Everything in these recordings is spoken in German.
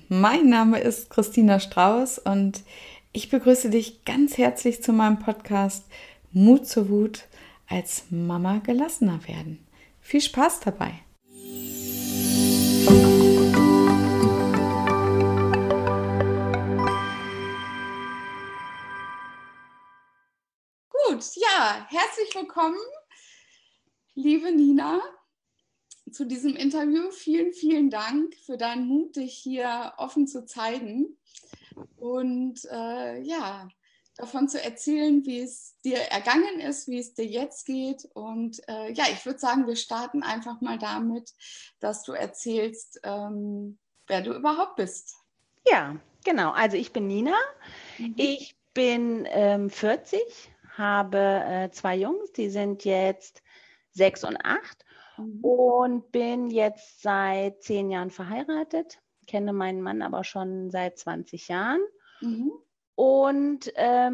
mein Name ist Christina Strauß und ich begrüße dich ganz herzlich zu meinem Podcast Mut zur Wut als Mama gelassener werden. Viel Spaß dabei! Gut, ja, herzlich willkommen, liebe Nina, zu diesem Interview. Vielen, vielen Dank für deinen Mut, dich hier offen zu zeigen und davon zu erzählen, wie es dir ergangen ist, wie es dir jetzt geht. Und ich würde sagen, wir starten einfach mal damit, dass du erzählst, wer du überhaupt bist. Ja, genau. Also ich bin Nina. Ich bin 40, habe 2 Jungs, die sind jetzt 6 und 8 und bin jetzt seit 10 Jahren verheiratet, kenne meinen Mann aber schon seit 20 Jahren und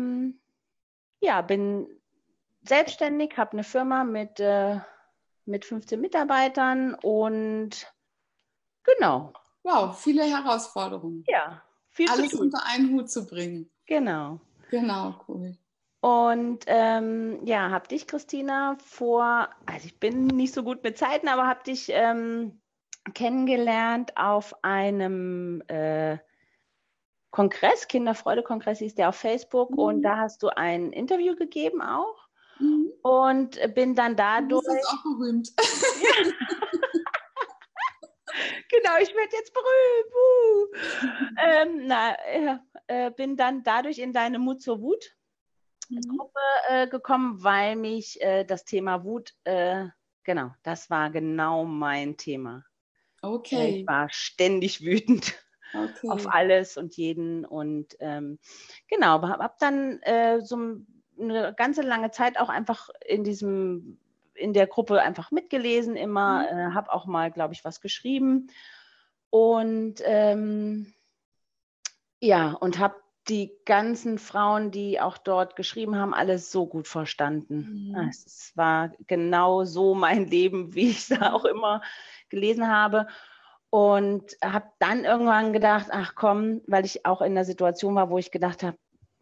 bin selbstständig, habe eine Firma mit 15 Mitarbeitern und genau. Wow, viele Herausforderungen. Ja, viel Alles zu tun. unter einen Hut zu bringen. Genau. Genau, cool. Und habe dich, Christina, also ich bin nicht so gut mit Zeiten, aber habe dich kennengelernt auf einem Kongress, Kinderfreude-Kongress hieß der auf Facebook, und da hast du ein Interview gegeben auch und bin dann dadurch... Du bist jetzt auch berühmt. Ja. Genau, ich werde jetzt berühmt. Bin dann dadurch in deine Mut zur Wut Gruppe gekommen, weil mich das Thema Wut, das war genau mein Thema. Okay. Ich war ständig wütend auf alles und jeden und habe dann so eine ganze lange Zeit auch einfach in der Gruppe einfach mitgelesen immer, habe auch mal, glaube ich, was geschrieben und und habe die ganzen Frauen, die auch dort geschrieben haben, alles so gut verstanden. Es war genau so mein Leben, wie ich es auch immer gelesen habe. Und habe dann irgendwann gedacht, ach komm, weil ich auch in der Situation war, wo ich gedacht habe,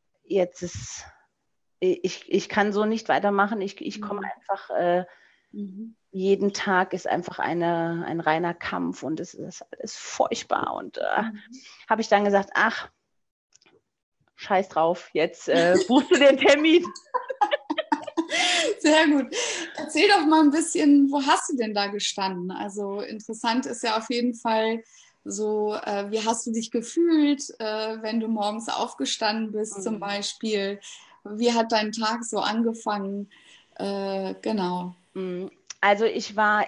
ich kann so nicht weitermachen. Ich komme einfach, jeden Tag ist einfach ein reiner Kampf und es ist alles furchtbar. Und habe ich dann gesagt, ach, scheiß drauf, jetzt buchst du den Termin. Sehr gut. Erzähl doch mal ein bisschen, wo hast du denn da gestanden? Also interessant ist ja auf jeden Fall so, wie hast du dich gefühlt, wenn du morgens aufgestanden bist zum Beispiel? Wie hat dein Tag so angefangen? Genau. Also ich war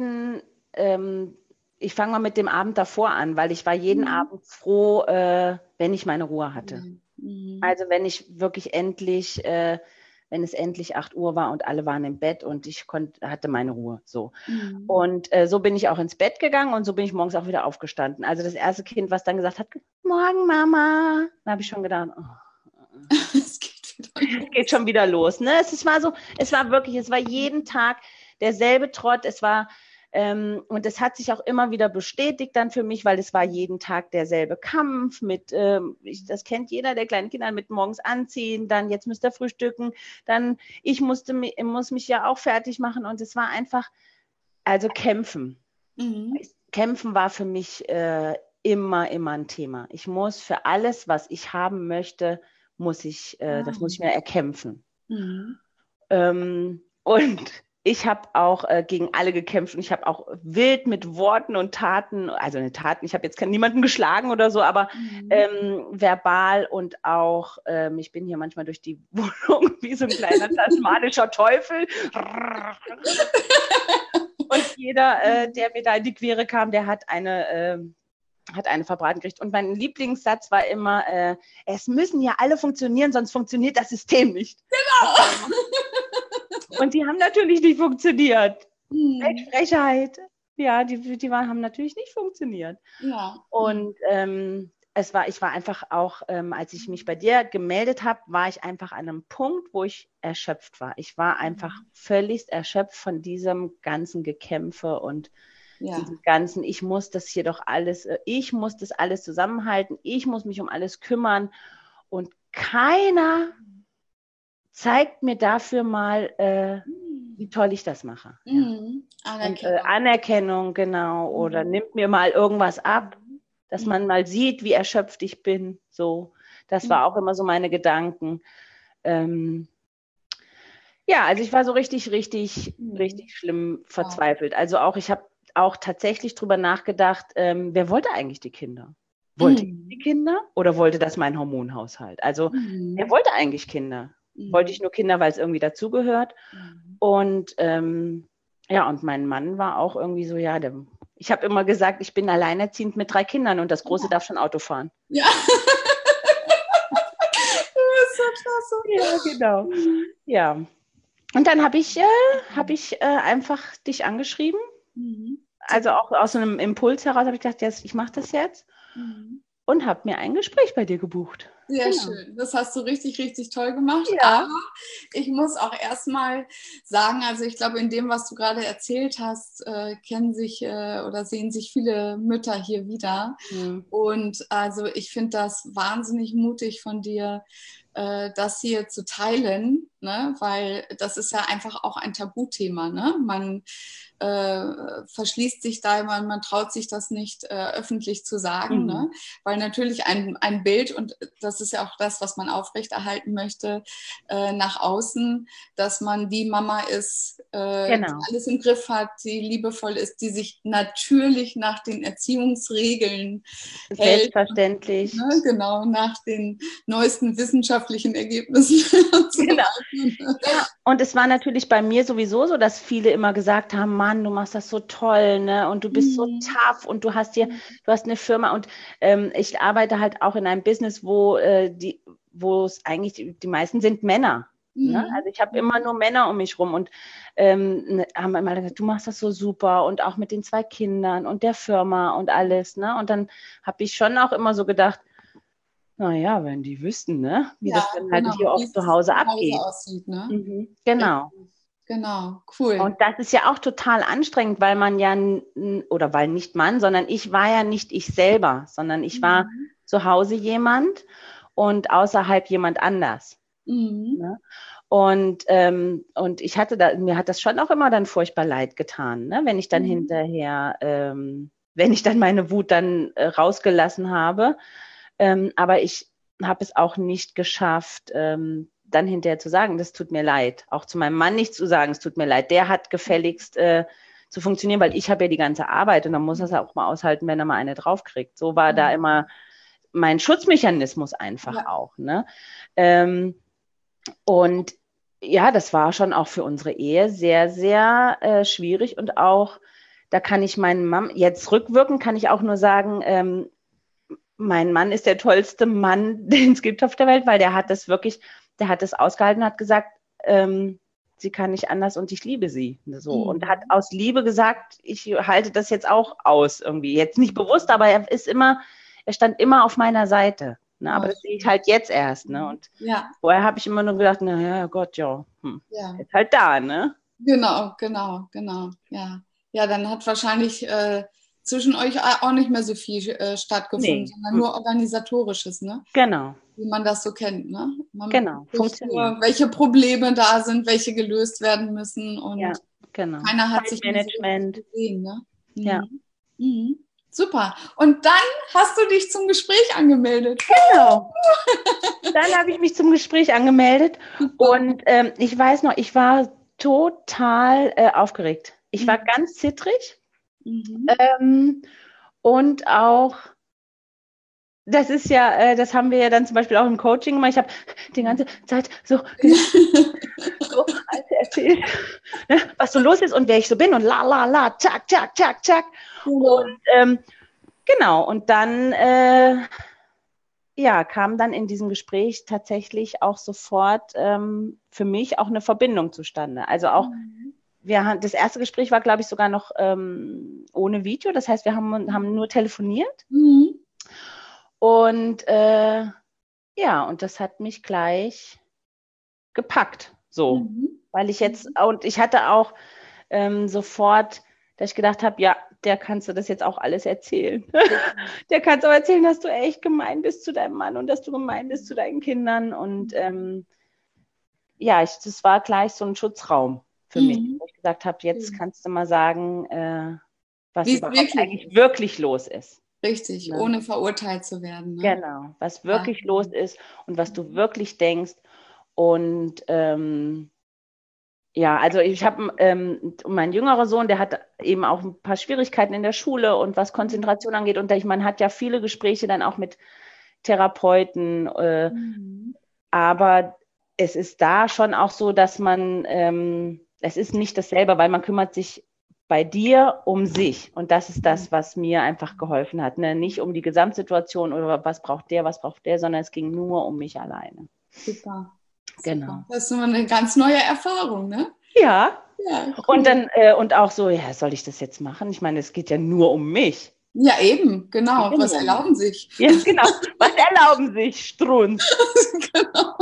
ich fange mal mit dem Abend davor an, weil ich war jeden Abend froh, wenn ich meine Ruhe hatte. Also wenn ich wirklich wenn es endlich 8 Uhr war und alle waren im Bett und ich hatte meine Ruhe. So. Und so bin ich auch ins Bett gegangen und so bin ich morgens auch wieder aufgestanden. Also das erste Kind, was dann gesagt hat, morgen Mama, da habe ich schon gedacht, es geht schon wieder los. Ne? Es war jeden Tag derselbe Trott. Und es hat sich auch immer wieder bestätigt dann für mich, weil es war jeden Tag derselbe Kampf das kennt jeder, der kleine Kinder mit morgens anziehen, dann jetzt müsst ihr frühstücken, dann muss mich ja auch fertig machen und es war einfach, also kämpfen. Kämpfen war für mich immer ein Thema. Ich muss für alles, was ich haben möchte, das muss ich mir erkämpfen. Und ich habe auch gegen alle gekämpft und ich habe auch wild mit Worten und Taten, also eine Taten, ich habe jetzt niemanden geschlagen oder so, aber verbal und auch, ich bin hier manchmal durch die Wohnung wie so ein kleiner tasmanischer Teufel. Und jeder, der mir da in die Quere kam, der hat eine verbraten gekriegt. Und mein Lieblingssatz war immer, es müssen ja alle funktionieren, sonst funktioniert das System nicht. Genau. Und die haben natürlich nicht funktioniert. Welche Frechheit. Ja, die haben natürlich nicht funktioniert. Ja. Und ich war einfach auch, als ich mich bei dir gemeldet habe, war ich einfach an einem Punkt, wo ich erschöpft war. Ich war einfach völligst erschöpft von diesem ganzen Gekämpfe und Diesen ganzen, ich muss das alles zusammenhalten, ich muss mich um alles kümmern und keiner zeigt mir dafür mal, wie toll ich das mache. Anerkennung. Und, Anerkennung, genau, oder nimmt mir mal irgendwas ab, dass man mal sieht, wie erschöpft ich bin. So, das war auch immer so meine Gedanken. Also ich war so richtig schlimm verzweifelt. Also ich habe auch tatsächlich drüber nachgedacht, wer wollte eigentlich die Kinder? Wollte ich die Kinder oder wollte das mein Hormonhaushalt? Also wer wollte eigentlich Kinder? Wollte ich nur Kinder, weil es irgendwie dazugehört? Und und mein Mann war auch irgendwie so, ich habe immer gesagt, ich bin alleinerziehend mit 3 Kindern und das Große darf schon Auto fahren. Ja. Das ist so klasse. Ja, genau. Ja. Und dann habe ich einfach dich angeschrieben. Also auch aus einem Impuls heraus habe ich gedacht, ich mache das jetzt. Und habe mir ein Gespräch bei dir gebucht. Sehr schön. Das hast du richtig, richtig toll gemacht. Ja. Aber ich muss auch erstmal sagen, also ich glaube, in dem, was du gerade erzählt hast, kennen sich oder sehen sich viele Mütter hier wieder. Und also ich finde das wahnsinnig mutig von dir, das hier zu teilen, ne? Weil das ist ja einfach auch ein Tabuthema. Ne? Man verschließt sich da, man traut sich das nicht öffentlich zu sagen, ne? Weil natürlich ein Bild, und das ist ja auch das, was man aufrechterhalten möchte, nach außen, dass man die Mama ist, die alles im Griff hat, die liebevoll ist, die sich natürlich nach den Erziehungsregeln hält. Selbstverständlich. Ne? Genau, nach den neuesten wissenschaftlichen Ergebnissen. Genau. Ja, und es war natürlich bei mir sowieso so, dass viele immer gesagt haben, Mann, du machst das so toll, ne? Und du bist so tough und du hast eine Firma und ich arbeite halt auch in einem Business, wo es eigentlich die meisten sind Männer. Ne? Also ich habe immer nur Männer um mich rum und haben immer gesagt, du machst das so super und auch mit den 2 Kindern und der Firma und alles. Ne? Und dann habe ich schon auch immer so gedacht, naja, wenn die wüssten, ne? Wie das dann halt hier oft zu Hause abgeht. Aussieht, ne? Genau. Genau, cool. Und das ist ja auch total anstrengend, weil man weil nicht man, sondern ich war ja nicht ich selber, sondern ich war zu Hause jemand und außerhalb jemand anders. Ne? Und ich mir hat das schon auch immer dann furchtbar leid getan, ne? Wenn ich dann hinterher, wenn ich dann meine Wut dann rausgelassen habe. Aber ich habe es auch nicht geschafft, dann hinterher zu sagen, das tut mir leid. Auch zu meinem Mann nicht zu sagen, es tut mir leid. Der hat gefälligst zu funktionieren, weil ich habe ja die ganze Arbeit und dann muss er es auch mal aushalten, wenn er mal eine draufkriegt. So war da immer mein Schutzmechanismus einfach auch. Ne? Und ja, das war schon auch für unsere Ehe sehr, sehr schwierig und auch, da kann ich meinen Mann, jetzt rückwirkend kann ich auch nur sagen, mein Mann ist der tollste Mann, den es gibt auf der Welt, weil der hat das ausgehalten und hat gesagt, sie kann nicht anders und ich liebe sie. So. Und hat aus Liebe gesagt, ich halte das jetzt auch aus irgendwie. Jetzt nicht bewusst, aber er stand immer auf meiner Seite. Ne? Aber das sehe ich halt jetzt erst. Ne? Und vorher habe ich immer nur gedacht, naja, Gott, ist halt da, ne? Genau. Ja, dann hat wahrscheinlich zwischen euch auch nicht mehr so viel stattgefunden, sondern nur Organisatorisches, ne? Genau. Wie man das so kennt, ne? Funktioniert. Nur, welche Probleme da sind, welche gelöst werden müssen und keiner hat sich Management gesehen, ne? Ja. Super. Und dann hast du dich zum Gespräch angemeldet. Genau. Dann habe ich mich zum Gespräch angemeldet und ich weiß noch, ich war total aufgeregt. Ich war ganz zittrig. Und auch, das ist ja, das haben wir ja dann zum Beispiel auch im Coaching gemacht. Ich habe die ganze Zeit so erzählt, ne, was so los ist und wer ich so bin und la, tschak. Und genau, und dann kam dann in diesem Gespräch tatsächlich auch sofort für mich auch eine Verbindung zustande. Also auch das erste Gespräch war, glaube ich, sogar noch ohne Video. Das heißt, wir haben nur telefoniert. Und und das hat mich gleich gepackt. So. Weil ich jetzt, und ich hatte auch sofort dass ich gedacht habe, ja, der kannst du das jetzt auch alles erzählen. Der kannst auch erzählen, dass du echt gemein bist zu deinem Mann und dass du gemein bist zu deinen Kindern. Und das war gleich so ein Schutzraum für mich, wo ich gesagt habe, jetzt kannst du mal sagen, was überhaupt eigentlich wirklich los ist. Richtig, ne? Ohne verurteilt zu werden. Ne? Genau, was wirklich los ist und was du wirklich denkst. Und also ich habe mein jüngerer Sohn, der hat eben auch ein paar Schwierigkeiten in der Schule und was Konzentration angeht. Und man hat ja viele Gespräche dann auch mit Therapeuten. Aber es ist da schon auch so, dass man, es ist nicht dasselbe, weil man kümmert sich bei dir um sich. Und das ist das, was mir einfach geholfen hat. Ne? Nicht um die Gesamtsituation oder was braucht der, sondern es ging nur um mich alleine. Super. Genau. Das ist immer eine ganz neue Erfahrung, ne? Ja. Cool. Und dann, und auch so, ja, soll ich das jetzt machen? Ich meine, es geht ja nur um mich. Ja, eben, genau. Was erlauben sich? Ja, genau. Was erlauben sich, Strunz? Genau.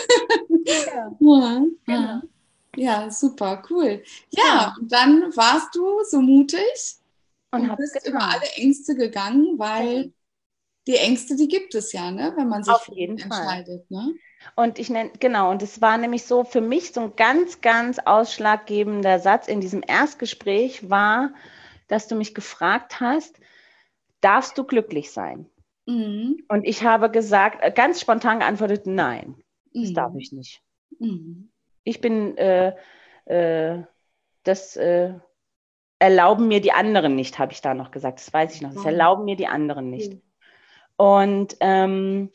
Ja. Ja, super, cool. Ja, und dann warst du so mutig und bist über alle Ängste gegangen, weil die Ängste, die gibt es ja, ne, wenn man sich auf jeden entscheidet. Fall. Ne? Und und es war nämlich so für mich so ein ganz, ganz ausschlaggebender Satz in diesem Erstgespräch war, dass du mich gefragt hast, darfst du glücklich sein? Und ich habe gesagt, ganz spontan geantwortet, nein, das darf ich nicht. Ich bin, das erlauben mir die anderen nicht, habe ich da noch gesagt. Das weiß ich noch. Das erlauben mir die anderen nicht. Und dann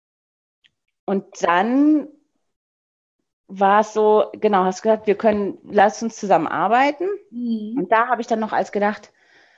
war es so, genau, hast gesagt, lass uns zusammen arbeiten. Und da habe ich dann noch gedacht,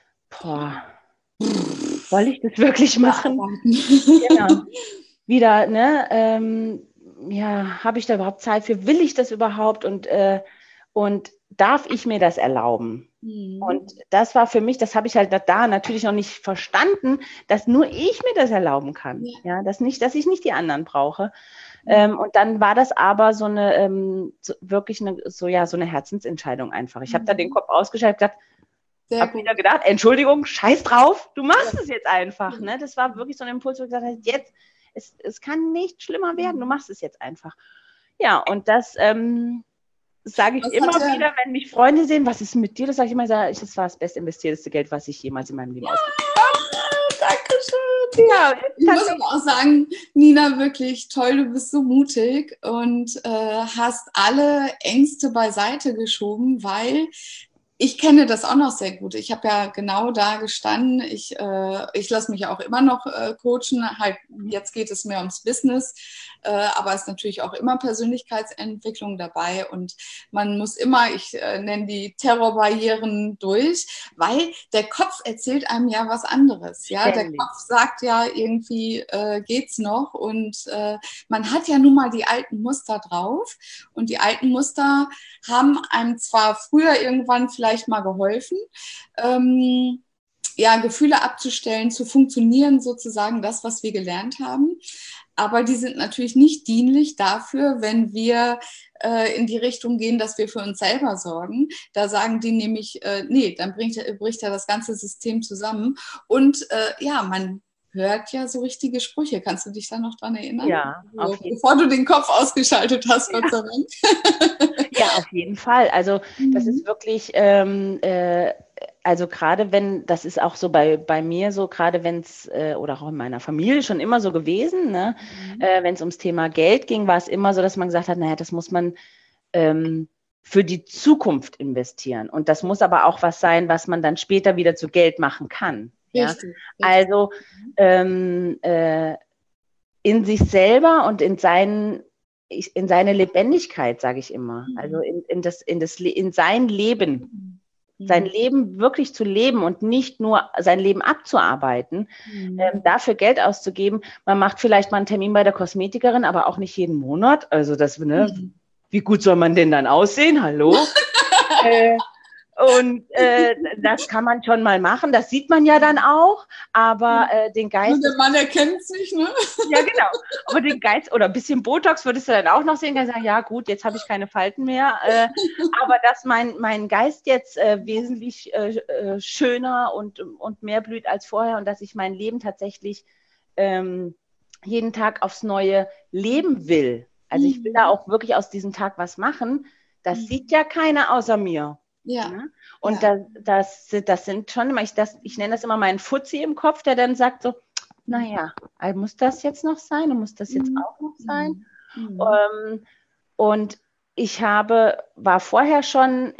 soll ich das wirklich machen? Genau. Wieder, ne, habe ich da überhaupt Zeit für? Will ich das überhaupt? Und darf ich mir das erlauben? Und das war für mich, das habe ich halt da natürlich noch nicht verstanden, dass nur ich mir das erlauben kann. Ja, dass ich nicht die anderen brauche. Und dann war das aber so eine wirklich so eine Herzensentscheidung einfach. Ich habe da den Kopf ausgeschaltet und gesagt, habe wieder gedacht, Entschuldigung, scheiß drauf, du machst es jetzt einfach. Ne? Das war wirklich so ein Impuls, wo ich gesagt habe, jetzt, es kann nicht schlimmer werden, du machst es jetzt einfach. Ja, und das sage ich immer wieder, wenn mich Freunde sehen, was ist mit dir? Das sage ich immer, das war das best investierteste Geld, was ich jemals in meinem Leben ausgegeben habe. Dankeschön. Ja, ich muss aber auch sagen, Nina, wirklich toll, du bist so mutig und hast alle Ängste beiseite geschoben, weil ich kenne das auch noch sehr gut. Ich habe ja genau da gestanden. Ich lasse mich auch immer noch coachen. Halt, jetzt geht es mehr ums Business, aber es ist natürlich auch immer Persönlichkeitsentwicklung dabei. Und man muss immer, ich nenne die Terrorbarrieren durch, weil der Kopf erzählt einem ja was anderes. Ja? Der Kopf sagt ja irgendwie, geht's noch? Und man hat ja nun mal die alten Muster drauf. Und die alten Muster haben einem zwar früher irgendwann vielleicht mal geholfen, Gefühle abzustellen, zu funktionieren sozusagen, das, was wir gelernt haben. Aber die sind natürlich nicht dienlich dafür, wenn wir in die Richtung gehen, dass wir für uns selber sorgen. Da sagen die nämlich, nee, dann bricht ja das ganze System zusammen. Und man hört ja so richtige Sprüche. Kannst du dich da noch dran erinnern? Ja, bevor du den Kopf ausgeschaltet hast, Gott sei Dank. Ja, auf jeden Fall. Also das ist wirklich, also gerade wenn, das ist auch so bei mir so, gerade wenn es, oder auch in meiner Familie schon immer so gewesen, ne? Wenn es ums Thema Geld ging, war es immer so, dass man gesagt hat, naja, das muss man für die Zukunft investieren. Und das muss aber auch was sein, was man dann später wieder zu Geld machen kann. Ja? Richtig. Also in sich selber und in seine Lebendigkeit, sage ich immer. Also in sein Leben. Sein Leben wirklich zu leben und nicht nur sein Leben abzuarbeiten, dafür Geld auszugeben. Man macht vielleicht mal einen Termin bei der Kosmetikerin, aber auch nicht jeden Monat. Also das, ne, wie gut soll man denn dann aussehen? Hallo? Und das kann man schon mal machen, das sieht man ja dann auch, aber den Geist... Und der Mann erkennt es nicht, ne? Ja, genau. Aber den Geist oder ein bisschen Botox würdest du dann auch noch sehen, kann sagen, ja gut, jetzt habe ich keine Falten mehr. Aber dass mein Geist jetzt wesentlich schöner und mehr blüht als vorher und dass ich mein Leben tatsächlich jeden Tag aufs Neue leben will. Also ich will da auch wirklich aus diesem Tag was machen. Das sieht ja keiner außer mir. Ja. Ne? Und das sind schon immer, ich nenne das immer meinen Fuzzi im Kopf, der dann sagt so, naja, muss das jetzt noch sein und muss das jetzt auch noch sein? Und ich war vorher schon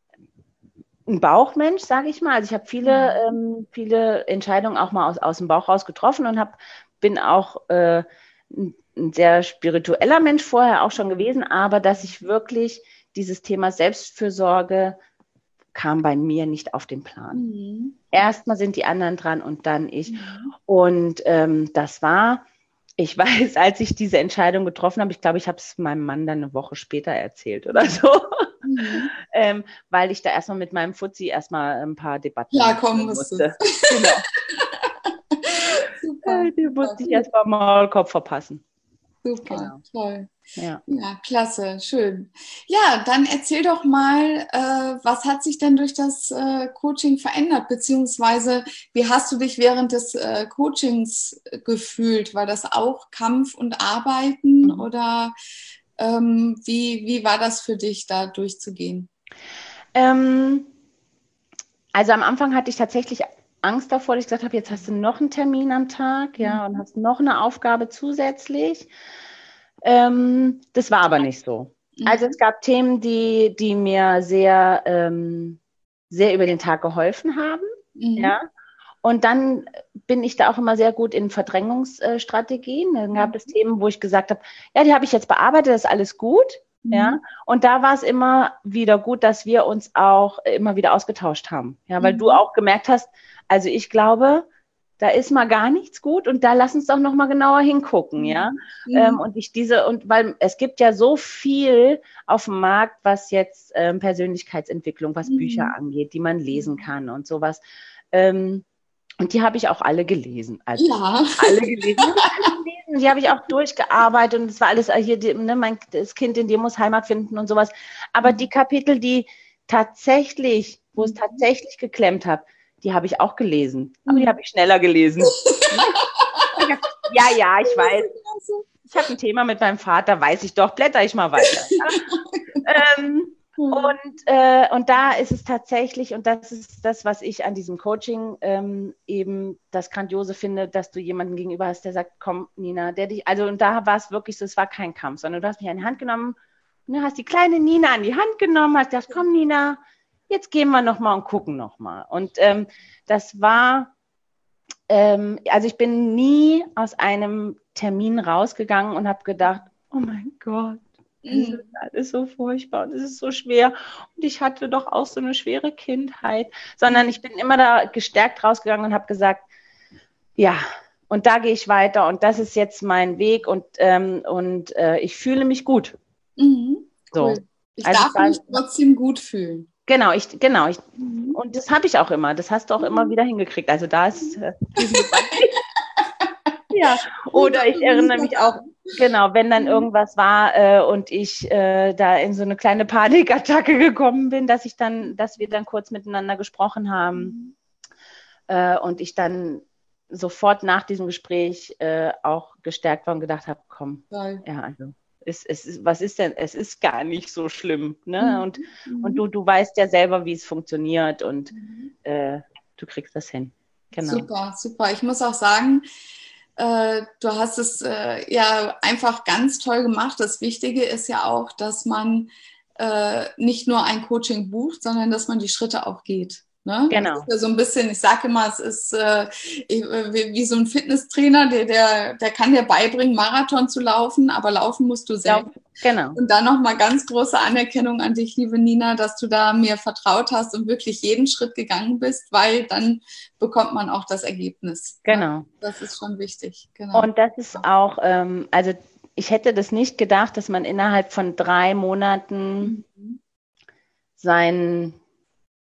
ein Bauchmensch, sage ich mal. Also ich habe viele Entscheidungen auch mal aus dem Bauch raus getroffen und bin auch ein sehr spiritueller Mensch vorher auch schon gewesen, aber dass ich wirklich dieses Thema Selbstfürsorge kam bei mir nicht auf den Plan. Erstmal sind die anderen dran und dann ich. Und ich weiß, als ich diese Entscheidung getroffen habe, ich glaube, ich habe es meinem Mann dann eine Woche später erzählt oder so, weil ich da erstmal mit meinem Fuzzi erstmal ein paar Debatten kommen musste. Genau. Super, die musste ich erstmal Maulkorb verpassen. Super, toll. Ja, klasse, schön. Ja, dann erzähl doch mal, was hat sich denn durch das Coaching verändert, beziehungsweise wie hast du dich während des Coachings gefühlt? War das auch Kampf und Arbeiten oder wie war das für dich, da durchzugehen? Also am Anfang hatte ich tatsächlich Angst davor, dass ich gesagt habe, jetzt hast du noch einen Termin am Tag, und hast noch eine Aufgabe zusätzlich. Das war aber nicht so. Also es gab Themen, die mir sehr, sehr über den Tag geholfen haben. Und dann bin ich da auch immer sehr gut in Verdrängungsstrategien. Dann gab es Themen, wo ich gesagt habe, ja, die habe ich jetzt bearbeitet, das ist alles gut. Und da war es immer wieder gut, dass wir uns auch immer wieder ausgetauscht haben. Ja, weil du auch gemerkt hast, also ich glaube, da ist mal gar nichts gut und da lass uns doch noch mal genauer hingucken, und weil es gibt ja so viel auf dem Markt, was jetzt Persönlichkeitsentwicklung, was Bücher angeht, die man lesen kann und sowas. Und die habe ich auch alle gelesen. Also alle gelesen. Die habe ich auch durchgearbeitet und es war alles hier, das Kind in dir muss Heimat finden und sowas. Aber die Kapitel, wo es tatsächlich geklemmt hat, die habe ich auch gelesen. Aber die habe ich schneller gelesen. Ja, ich weiß. Ich habe ein Thema mit meinem Vater, weiß ich doch, blätter ich mal weiter. Und da ist es tatsächlich, und das ist das, was ich an diesem Coaching eben das Grandiose finde, dass du jemanden gegenüber hast, der sagt, komm, Nina, und da war es wirklich so, es war kein Kampf, sondern du hast mich an die Hand genommen, hast die kleine Nina an die Hand genommen, hast gesagt, komm, Nina, jetzt gehen wir nochmal und gucken nochmal. Und das war, also ich bin nie aus einem Termin rausgegangen und habe gedacht, oh mein Gott, das ist alles so furchtbar und es ist so schwer und ich hatte doch auch so eine schwere Kindheit, sondern ich bin immer da gestärkt rausgegangen und habe gesagt, ja, und da gehe ich weiter und das ist jetzt mein Weg und ich fühle mich gut. Cool. So. Ich darf mich trotzdem gut fühlen. Genau, und das habe ich auch immer, das hast du auch immer wieder hingekriegt, also da ist ja, oder ich erinnere mich auch, genau, wenn dann irgendwas war und ich da in so eine kleine Panikattacke gekommen bin, dass wir dann kurz miteinander gesprochen haben und ich dann sofort nach diesem Gespräch auch gestärkt war und gedacht habe, komm, also was ist denn, es ist gar nicht so schlimm, ne? Und du weißt ja selber, wie es funktioniert und du kriegst das hin. Genau. Super, super. Ich muss auch sagen, du hast es einfach ganz toll gemacht. Das Wichtige ist ja auch, dass man nicht nur ein Coaching bucht, sondern dass man die Schritte auch geht. Ne? Genau. Das ist ja so ein bisschen, ich sage immer, es ist wie so ein Fitnesstrainer, der kann dir beibringen, Marathon zu laufen, aber laufen musst du selbst. Genau. Und dann nochmal ganz große Anerkennung an dich, liebe Nina, dass du da mir vertraut hast und wirklich jeden Schritt gegangen bist, weil dann bekommt man auch das Ergebnis. Genau. Das ist schon wichtig. Genau. Und das ist auch, also ich hätte das nicht gedacht, dass man innerhalb von 3 Monaten sein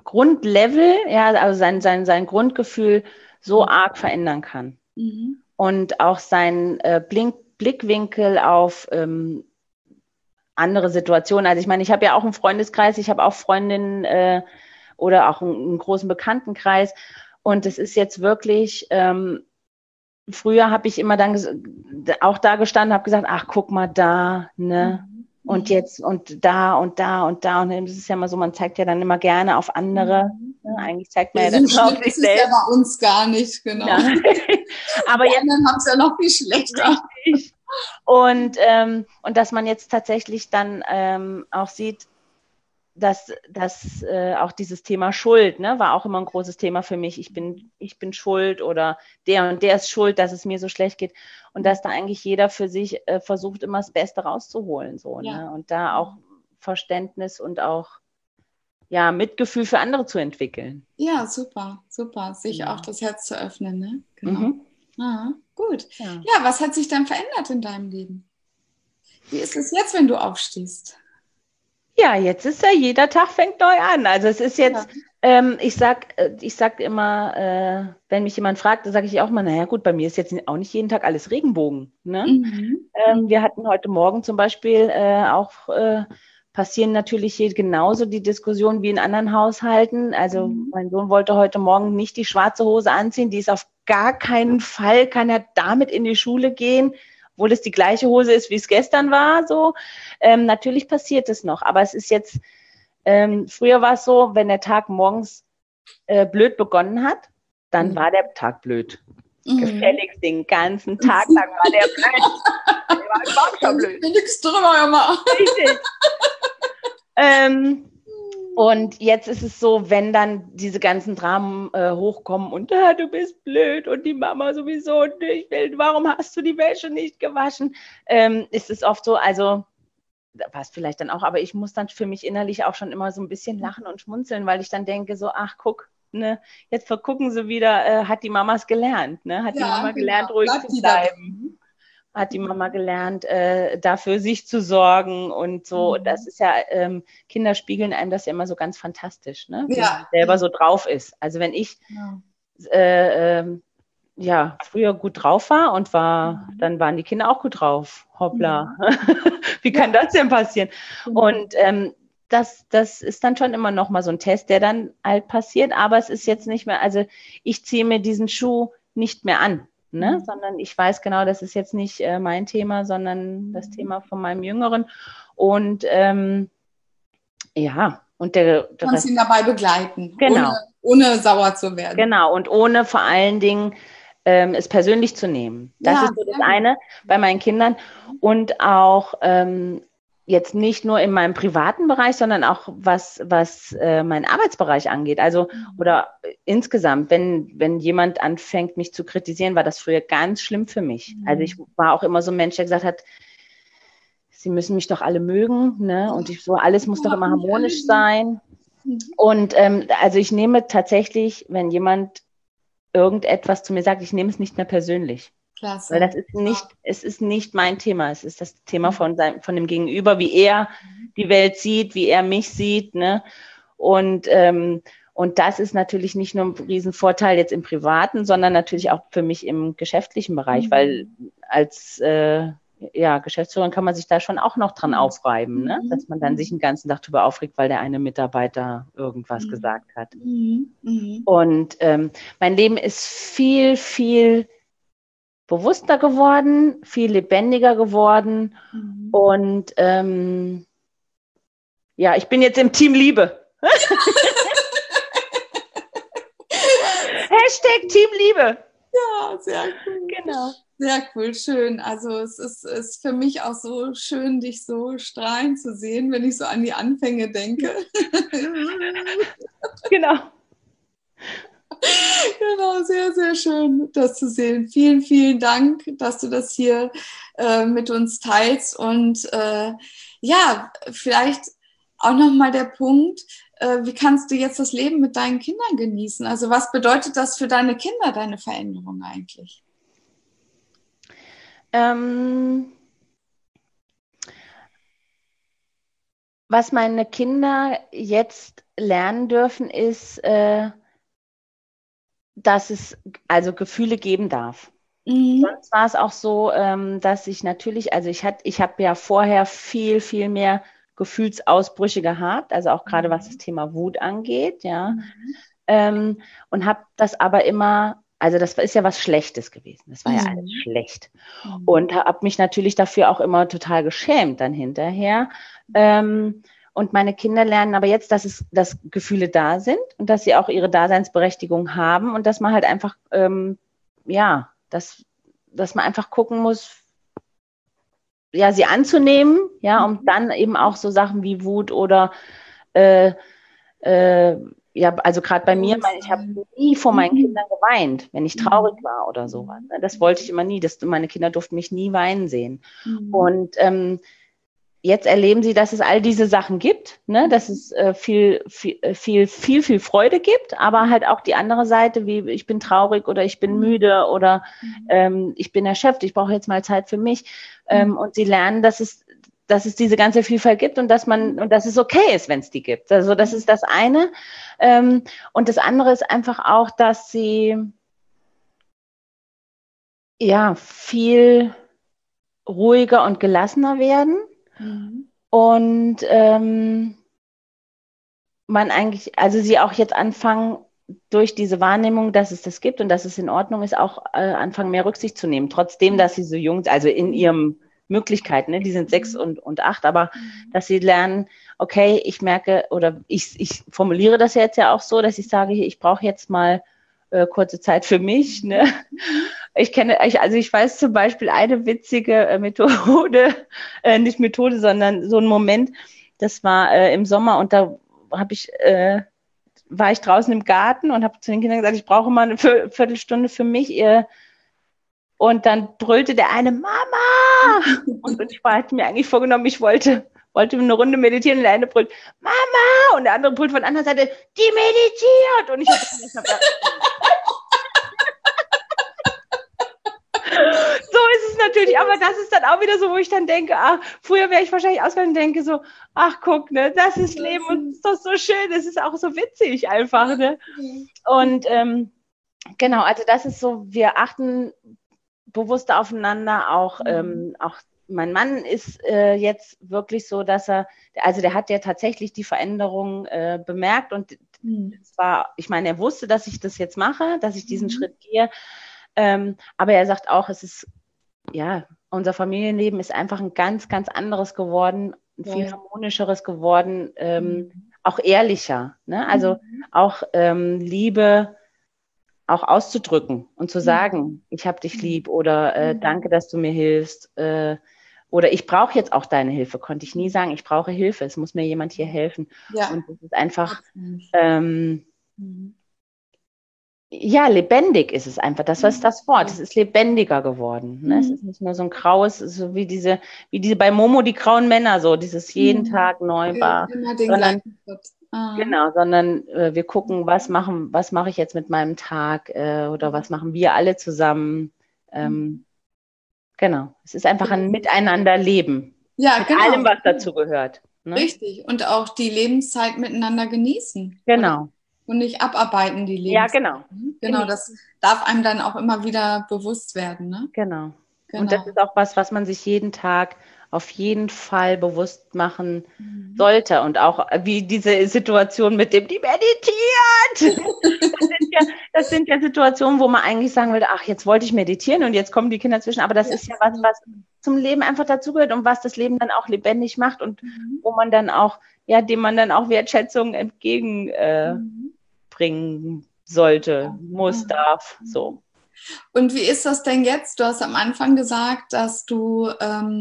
Grundlevel, ja, also sein Grundgefühl so arg verändern kann. Und auch sein Blickwinkel auf andere Situationen. Also ich meine, ich habe ja auch einen Freundeskreis, ich habe auch Freundinnen oder auch einen großen Bekanntenkreis. Und es ist jetzt wirklich, früher habe ich immer dann auch da gestanden, habe gesagt, ach, guck mal da, ne? Und jetzt und da und da und da. Und das ist ja immer so, man zeigt ja dann immer gerne auf andere. Ne? Eigentlich zeigt man ja dann immer auf sich selbst. Das ist ja bei uns gar nicht, genau. Ja. Aber jetzt haben es ja noch viel schlechter. Richtig. Und dass man jetzt tatsächlich dann auch sieht, dass auch dieses Thema Schuld, ne, war auch immer ein großes Thema für mich. Ich bin schuld oder der und der ist schuld, dass es mir so schlecht geht. Und dass da eigentlich jeder für sich versucht, immer das Beste rauszuholen. So, ja. Ne? Und da auch Verständnis und auch ja, Mitgefühl für andere zu entwickeln. Ja, super, super. Sich auch das Herz zu öffnen. Ne? Genau. Ah, gut. Ja, was hat sich dann verändert in deinem Leben? Wie ist es jetzt, wenn du aufstehst? Ja, jetzt ist ja, jeder Tag fängt neu an. Also es ist jetzt, ich sag immer, wenn mich jemand fragt, dann sage ich auch mal, naja gut, bei mir ist jetzt auch nicht jeden Tag alles Regenbogen. Ne? Wir hatten heute Morgen zum Beispiel passieren natürlich hier genauso die Diskussionen wie in anderen Haushalten. Also mein Sohn wollte heute Morgen nicht die schwarze Hose anziehen, die ist auf gar keinen Fall, kann er damit in die Schule gehen, obwohl es die gleiche Hose ist, wie es gestern war. So. Natürlich passiert es noch, aber es ist jetzt, früher war es so, wenn der Tag morgens blöd begonnen hat, dann war der Tag blöd. Gefälligst den ganzen Tag lang war der blöd. Der war überhaupt schon blöd. Nichts drüber immer. Richtig. Und jetzt ist es so, wenn dann diese ganzen Dramen hochkommen und du bist blöd und die Mama sowieso nicht will, warum hast du die Wäsche nicht gewaschen, ist es oft so, also was vielleicht dann auch, aber ich muss dann für mich innerlich auch schon immer so ein bisschen lachen und schmunzeln, weil ich dann denke so, ach guck, ne, jetzt vergucken sie wieder, hat die Mama es gelernt, ne? Hat die Mama gelernt, ruhig zu bleiben. Hat die Mama gelernt, dafür sich zu sorgen und so. Das ist ja, Kinder spiegeln einem das ja immer so ganz fantastisch, ne? Wie man selber so drauf ist. Also wenn ich früher gut drauf war und dann waren die Kinder auch gut drauf. Hoppla. Wie kann das denn passieren? Und das ist dann schon immer noch mal so ein Test, der dann halt passiert, aber es ist jetzt nicht mehr, also ich ziehe mir diesen Schuh nicht mehr an. Ne? Sondern ich weiß genau, das ist jetzt nicht mein Thema, sondern das Thema von meinem Jüngeren. Und und der kannst ihn dabei begleiten, genau. ohne sauer zu werden. Genau, und ohne vor allen Dingen es persönlich zu nehmen. Das ist so das eine bei meinen Kindern. Und auch jetzt nicht nur in meinem privaten Bereich, sondern auch was meinen Arbeitsbereich angeht. Also, oder insgesamt, wenn jemand anfängt, mich zu kritisieren, war das früher ganz schlimm für mich. Also ich war auch immer so ein Mensch, der gesagt hat, sie müssen mich doch alle mögen, ne? Und alles muss doch immer harmonisch sein. Und also ich nehme tatsächlich, wenn jemand irgendetwas zu mir sagt, ich nehme es nicht mehr persönlich. Klasse. Weil es ist nicht mein Thema, es ist das Thema von dem Gegenüber, wie er die Welt sieht, wie er mich sieht, ne? Und das ist natürlich nicht nur ein Riesenvorteil jetzt im Privaten, sondern natürlich auch für mich im geschäftlichen Bereich, weil als Geschäftsführerin kann man sich da schon auch noch dran aufreiben, ne? Dass man dann sich den ganzen Tag darüber aufregt, weil der eine Mitarbeiter irgendwas gesagt hat. Und mein Leben ist viel, viel bewusster geworden, viel lebendiger geworden. Und ich bin jetzt im Team Liebe. Hashtag Team Liebe. Ja, sehr cool. Genau. Sehr cool, schön. Also es ist für mich auch so schön, dich so strahlen zu sehen, wenn ich so an die Anfänge denke. Genau. Genau, sehr, sehr schön, das zu sehen. Vielen, vielen Dank, dass du das hier mit uns teilst. Und vielleicht auch nochmal der Punkt, wie kannst du jetzt das Leben mit deinen Kindern genießen? Also was bedeutet das für deine Kinder, deine Veränderung eigentlich? Was meine Kinder jetzt lernen dürfen, ist, dass es also Gefühle geben darf. Sonst war es auch so, dass ich natürlich, also ich habe ja vorher viel, viel mehr Gefühlsausbrüche gehabt, also auch gerade was das Thema Wut angeht, ja. Und habe das aber immer, also das ist ja was Schlechtes gewesen, das war ja alles schlecht. Und habe mich natürlich dafür auch immer total geschämt dann hinterher. Und meine Kinder lernen aber jetzt, dass Gefühle da sind und dass sie auch ihre Daseinsberechtigung haben und dass man halt einfach, ja, dass man einfach gucken muss, ja, sie anzunehmen, ja, um dann eben auch so Sachen wie Wut oder ja, also gerade bei mir, ich habe nie vor meinen Kindern geweint, wenn ich traurig war oder sowas. Das wollte ich immer nie. Meine Kinder durften mich nie weinen sehen. Und jetzt erleben sie, dass es all diese Sachen gibt, ne? Dass es viel Freude gibt, aber halt auch die andere Seite, wie ich bin traurig oder ich bin müde oder ich bin erschöpft, ich brauche jetzt mal Zeit für mich. Und sie lernen, dass es diese ganze Vielfalt gibt und dass es okay ist, wenn es die gibt. Also das ist das eine. Und das andere ist einfach auch, dass sie ja viel ruhiger und gelassener werden. Und man eigentlich, also sie auch jetzt anfangen, durch diese Wahrnehmung, dass es das gibt und dass es in Ordnung ist, auch anfangen, mehr Rücksicht zu nehmen, trotzdem, dass sie so jung sind, also in ihrem Möglichkeiten, ne? Die sind 6 und 8, aber dass sie lernen, okay, ich merke, oder ich formuliere das jetzt ja auch so, dass ich sage, ich brauche jetzt mal kurze Zeit für mich. Ne? Ich weiß zum Beispiel eine witzige Methode, nicht Methode, sondern so ein Moment, das war im Sommer und da war ich draußen im Garten und habe zu den Kindern gesagt, ich brauche mal eine Viertelstunde für mich. Und dann brüllte der eine, Mama! Und ich hatte mir eigentlich vorgenommen, ich wollte eine Runde meditieren und der eine brüllt, Mama! Und der andere brüllt von der anderen Seite, die meditiert! Und ich habe so ist es natürlich, aber das ist dann auch wieder so, wo ich dann denke, früher wäre ich wahrscheinlich ausgegangen und denke so, ach guck, ne, das ist Leben und ist doch so schön, das ist auch so witzig einfach, ne? Und genau, also das ist so, wir achten bewusst aufeinander, auch mein Mann ist jetzt wirklich so, dass der hat ja tatsächlich die Veränderung bemerkt und zwar, ich meine, er wusste, dass ich das jetzt mache, dass ich diesen Schritt gehe, aber er sagt auch, es ist, ja, unser Familienleben ist einfach ein ganz, ganz anderes geworden, ein viel harmonischeres geworden, auch ehrlicher, ne? Also auch Liebe auch auszudrücken und zu sagen, ich habe dich lieb oder danke, dass du mir hilfst oder ich brauche jetzt auch deine Hilfe, konnte ich nie sagen, ich brauche Hilfe, es muss mir jemand hier helfen. Ja. Und es ist einfach, ja, lebendig ist es einfach, das ist das Wort, es ist lebendiger geworden. Ne? Es ist nicht nur so ein graues, so wie diese bei Momo, die grauen Männer, so dieses jeden Tag neu war, sondern wir gucken, was mache ich jetzt mit meinem Tag oder was machen wir alle zusammen. Genau, es ist einfach ein Miteinanderleben. Ja, mit allem, was dazu gehört. Ne? Richtig, und auch die Lebenszeit miteinander genießen. Genau. Und nicht abarbeiten, die Lebenszeit. Ja, genau. Genau, das darf einem dann auch immer wieder bewusst werden. Ne? Genau. Und das ist auch was man sich jeden Tag auf jeden Fall bewusst machen sollte. Und auch wie diese Situation mit dem, die meditiert. Das sind ja Situationen, wo man eigentlich sagen würde, ach, jetzt wollte ich meditieren und jetzt kommen die Kinder zwischen. Aber das ist ja was zum Leben einfach dazugehört und was das Leben dann auch lebendig macht und wo man dann auch, ja, dem man dann auch Wertschätzung entgegenbringen sollte, muss, darf, so. Und wie ist das denn jetzt? Du hast am Anfang gesagt, dass du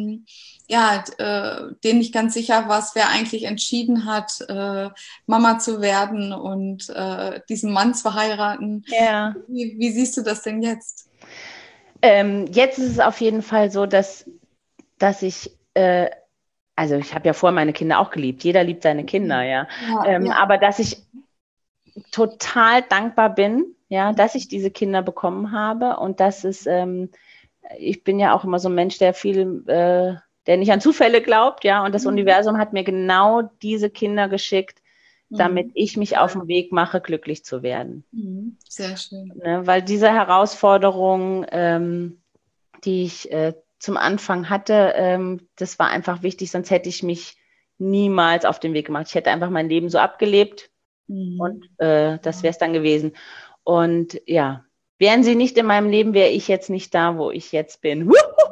dir nicht ganz sicher warst, wer eigentlich entschieden hat, Mama zu werden und diesen Mann zu heiraten. Ja. Wie siehst du das denn jetzt? Jetzt ist es auf jeden Fall so, dass ich, also ich habe ja vorher meine Kinder auch geliebt. Jeder liebt seine Kinder, ja. Aber dass ich total dankbar bin, ja, dass ich diese Kinder bekommen habe und dass es, ich bin ja auch immer so ein Mensch, der nicht an Zufälle glaubt, ja, und das Universum hat mir genau diese Kinder geschickt, damit ich mich auf den Weg mache, glücklich zu werden. Sehr schön. Ne, weil diese Herausforderung, die ich zum Anfang hatte, das war einfach wichtig, sonst hätte ich mich niemals auf den Weg gemacht. Ich hätte einfach mein Leben so abgelebt und das wäre es dann gewesen. Und ja, wären sie nicht in meinem Leben, wäre ich jetzt nicht da, wo ich jetzt bin.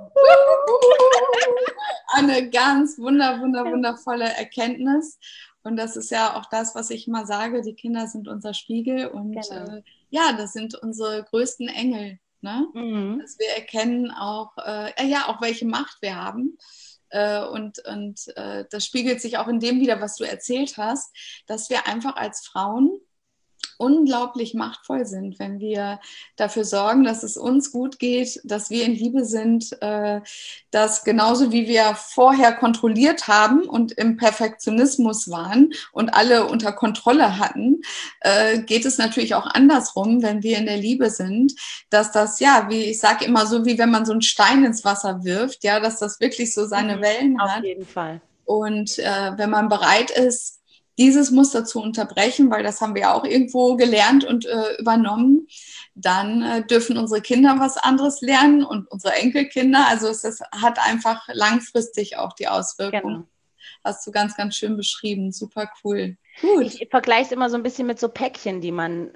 Eine ganz wundervolle Erkenntnis. Und das ist ja auch das, was ich immer sage, die Kinder sind unser Spiegel und ja, das sind unsere größten Engel. Ne? Dass wir erkennen auch, auch welche Macht wir haben. Und das spiegelt sich auch in dem wieder, was du erzählt hast, dass wir einfach als Frauen unglaublich machtvoll sind, wenn wir dafür sorgen, dass es uns gut geht, dass wir in Liebe sind, dass genauso wie wir vorher kontrolliert haben und im Perfektionismus waren und alle unter Kontrolle hatten, geht es natürlich auch andersrum, wenn wir in der Liebe sind, dass das, ja, wie ich sage immer so, wie wenn man so einen Stein ins Wasser wirft, ja, dass das wirklich so seine Wellen hat. Auf jeden Fall. Und wenn man bereit ist, dieses Muster zu unterbrechen, weil das haben wir ja auch irgendwo gelernt und übernommen, dann dürfen unsere Kinder was anderes lernen und unsere Enkelkinder. Also es hat einfach langfristig auch die Auswirkung. Genau. Hast du ganz, ganz schön beschrieben. Super cool. Gut. Ich vergleiche es immer so ein bisschen mit so Päckchen, die man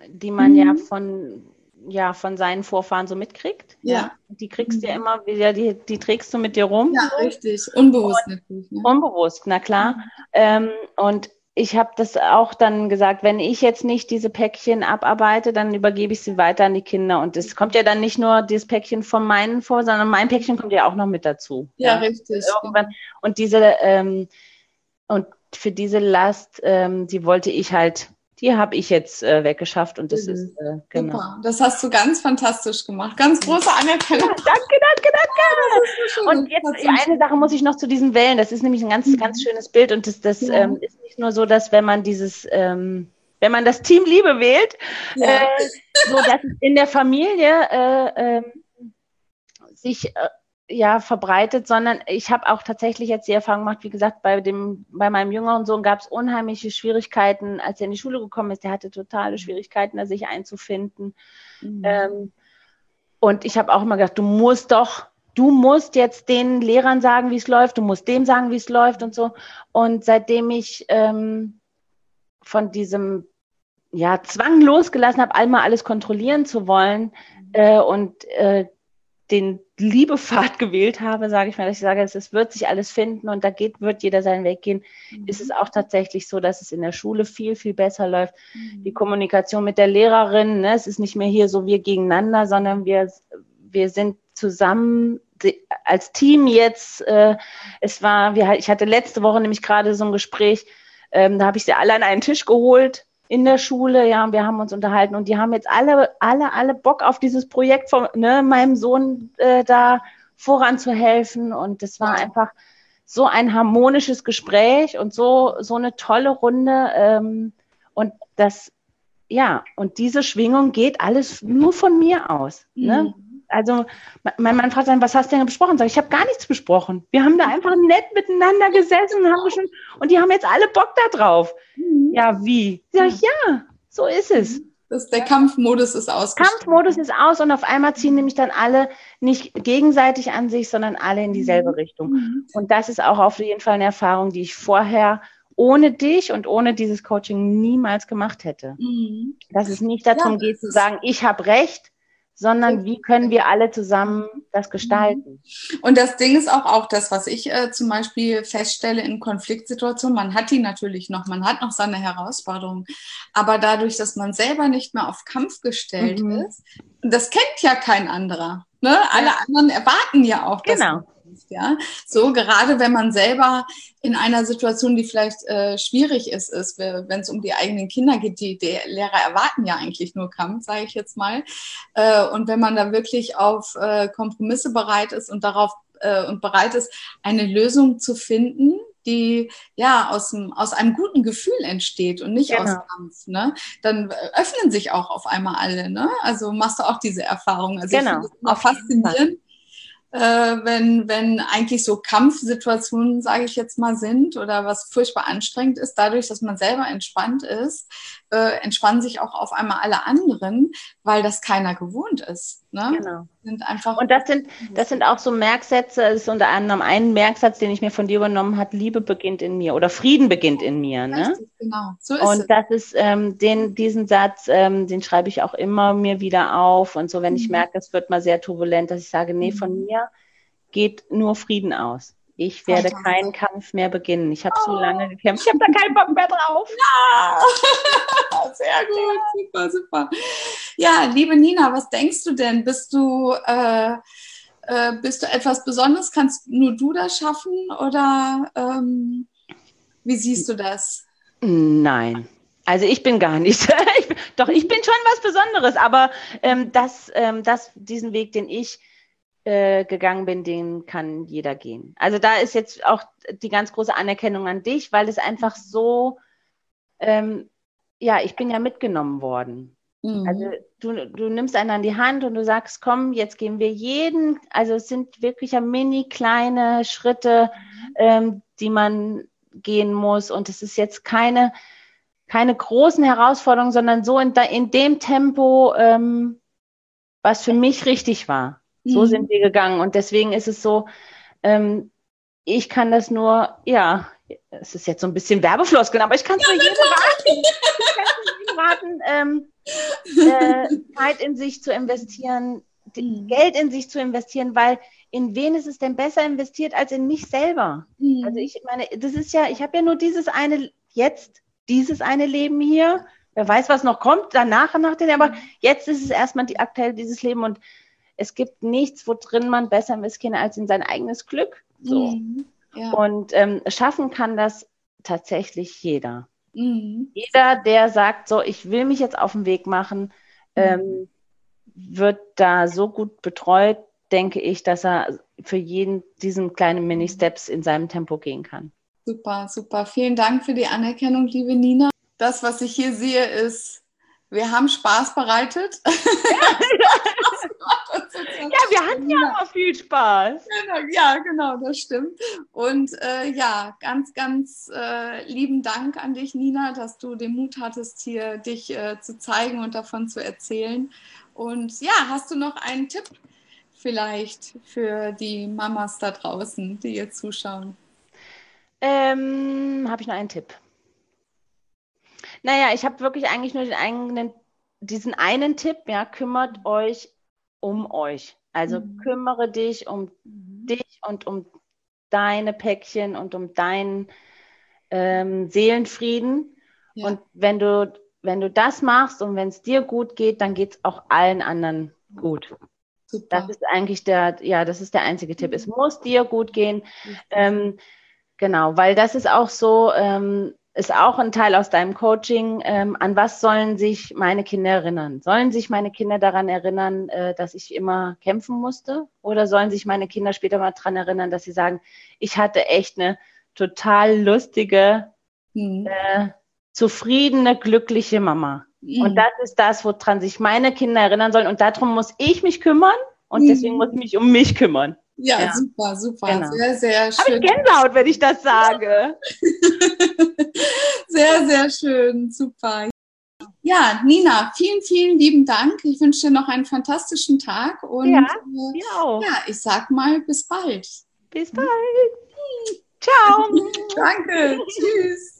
ja von seinen Vorfahren so mitkriegt. Ja. Die kriegst du ja immer wieder, die trägst du mit dir rum. Ja, richtig. Unbewusst natürlich. Ne? Unbewusst, na klar. Und ich habe das auch dann gesagt, wenn ich jetzt nicht diese Päckchen abarbeite, dann übergebe ich sie weiter an die Kinder. Und es kommt ja dann nicht nur dieses Päckchen von meinen vor, sondern mein Päckchen kommt ja auch noch mit dazu. Ja, richtig. Irgendwann. Und und für diese Last, die habe ich jetzt weggeschafft und das ist genau. Super, das hast du ganz fantastisch gemacht. Ganz große Anerkennung. Ja, danke. Ja, und jetzt eine Sache muss ich noch zu diesen Wellen. Das ist nämlich ein ganz, ganz schönes Bild und das ist nicht nur so, dass wenn man wenn man das Team Liebe wählt, so dass es in der Familie sich verbreitet, sondern ich habe auch tatsächlich jetzt die Erfahrung gemacht, wie gesagt, bei meinem jüngeren Sohn gab es unheimliche Schwierigkeiten, als er in die Schule gekommen ist. Der hatte totale Schwierigkeiten, da sich einzufinden. Und ich habe auch immer gedacht, du musst jetzt den Lehrern sagen, wie es läuft, du musst dem sagen, wie es läuft und so. Und seitdem ich von diesem Zwang losgelassen habe, einmal alles kontrollieren zu wollen und den Liebepfad gewählt habe, sage ich mal, dass ich sage, es wird sich alles finden und wird jeder seinen Weg gehen, ist es auch tatsächlich so, dass es in der Schule viel, viel besser läuft. Die Kommunikation mit der Lehrerin, ne, es ist nicht mehr hier so wir gegeneinander, sondern wir sind zusammen als Team jetzt. Ich hatte letzte Woche nämlich gerade so ein Gespräch, da habe ich sie alle an einen Tisch geholt, in der Schule, ja, und wir haben uns unterhalten und die haben jetzt alle Bock auf dieses Projekt von meinem Sohn da voranzuhelfen und das war einfach so ein harmonisches Gespräch und so eine tolle Runde und und diese Schwingung geht alles nur von mir aus, ne? Also mein Mann fragt dann, was hast du denn besprochen? Sag ich, habe gar nichts besprochen. Wir haben da einfach nett miteinander gesessen und die haben jetzt alle Bock da drauf. Ja, wie? Sag ich, ja, so ist es. Der Kampfmodus ist aus. Kampfmodus ist aus und auf einmal ziehen nämlich dann alle nicht gegenseitig an sich, sondern alle in dieselbe Richtung. Und das ist auch auf jeden Fall eine Erfahrung, die ich vorher ohne dich und ohne dieses Coaching niemals gemacht hätte. Dass es nicht darum geht zu sagen, ich habe recht, sondern wie können wir alle zusammen das gestalten. Und das Ding ist auch das, was ich zum Beispiel feststelle in Konfliktsituationen, man hat die natürlich noch, man hat noch seine Herausforderungen, aber dadurch, dass man selber nicht mehr auf Kampf gestellt ist, das kennt ja kein anderer. Ne? Alle anderen erwarten ja auch, dass ja, so gerade wenn man selber in einer Situation, die vielleicht schwierig ist, wenn es um die eigenen Kinder geht, die Lehrer erwarten ja eigentlich nur Kampf, sage ich jetzt mal. Und wenn man da wirklich auf Kompromisse bereit ist und bereit ist, eine Lösung zu finden, die aus einem guten Gefühl entsteht und nicht aus Kampf, ne? Dann öffnen sich auch auf einmal alle. Ne? Also machst du auch diese Erfahrung. Also ich finde es immer faszinierend. wenn eigentlich so Kampfsituationen, sage ich jetzt mal, sind oder was furchtbar anstrengend ist, dadurch, dass man selber entspannt ist, entspannen sich auch auf einmal alle anderen, weil das keiner gewohnt ist. Ne? Genau. Sind einfach und das sind auch so Merksätze, das ist unter anderem ein Merksatz, den ich mir von dir übernommen habe: Liebe beginnt in mir oder Frieden beginnt in mir. Ne? richtig, genau, so ist Und es. das ist diesen Satz, den schreibe ich auch immer mir wieder auf. Und so, wenn ich merke, es wird mal sehr turbulent, dass ich sage, nee, von mir geht nur Frieden aus. Ich werde keinen Kampf mehr beginnen. Ich habe so lange gekämpft, ich habe da keinen Bock mehr drauf. Ja, sehr gut, super, super. Ja, liebe Nina, was denkst du denn? Bist du etwas Besonderes? Kannst nur du das schaffen oder wie siehst du das? Nein. Also ich bin gar nicht. Ich bin schon was Besonderes, aber diesen Weg, den ich gegangen bin, den kann jeder gehen. Also da ist jetzt auch die ganz große Anerkennung an dich, weil es einfach so, ich bin ja mitgenommen worden. Also du nimmst einen an die Hand und du sagst, komm, jetzt gehen wir also es sind wirklich ja mini kleine Schritte, die man gehen muss, und es ist jetzt keine großen Herausforderungen, sondern so in dem Tempo, was für mich richtig war. So sind wir gegangen, und deswegen ist es so, ich kann das nur, es ist jetzt so ein bisschen Werbefloskeln, aber ich kann es nur jedem raten, Zeit in sich zu investieren, Geld in sich zu investieren, weil in wen ist es denn besser investiert als in mich selber? Also ich meine, das ist ja, ich habe ja nur dieses eine Leben hier. Wer weiß, was noch kommt, danach, aber jetzt ist es erstmal aktuell dieses Leben, und es gibt nichts, worin man besser investieren als in sein eigenes Glück. So. Ja. Und schaffen kann das tatsächlich jeder. Jeder, der sagt, so, ich will mich jetzt auf den Weg machen, wird da so gut betreut, denke ich, dass er für jeden diesen kleinen Mini-Steps in seinem Tempo gehen kann. Super, super. Vielen Dank für die Anerkennung, liebe Nina. Das, was ich hier sehe, ist, wir haben Spaß bereitet. Ja, wir hatten ja auch viel Spaß. Ja, genau, das stimmt. Und ganz, ganz lieben Dank an dich, Nina, dass du den Mut hattest, hier dich zu zeigen und davon zu erzählen. Und ja, hast du noch einen Tipp vielleicht für die Mamas da draußen, die ihr zuschauen? Habe ich noch einen Tipp? Naja, ich habe wirklich eigentlich nur diesen einen Tipp, ja, kümmert euch um euch. Also kümmere dich um dich und um deine Päckchen und um deinen Seelenfrieden. Ja. Und wenn du das machst und wenn es dir gut geht, dann geht es auch allen anderen gut. Super. Das ist eigentlich das ist der einzige Tipp. Es muss dir gut gehen. Genau, weil das ist auch so, ist auch ein Teil aus deinem Coaching. An was sollen sich meine Kinder erinnern? Sollen sich meine Kinder daran erinnern, dass ich immer kämpfen musste? Oder sollen sich meine Kinder später mal daran erinnern, dass sie sagen, ich hatte echt eine total lustige, zufriedene, glückliche Mama. Und das ist das, woran sich meine Kinder erinnern sollen. Und darum muss ich mich kümmern, und deswegen muss ich mich um mich kümmern. Ja, super, super. Genau. Sehr, sehr schön. Habe ich Gänsehaut, wenn ich das sage. Sehr, sehr schön, super. Ja, Nina, vielen, vielen lieben Dank. Ich wünsche dir noch einen fantastischen Tag und ich sag mal, bis bald. Bis bald. Ciao. Danke. Tschüss.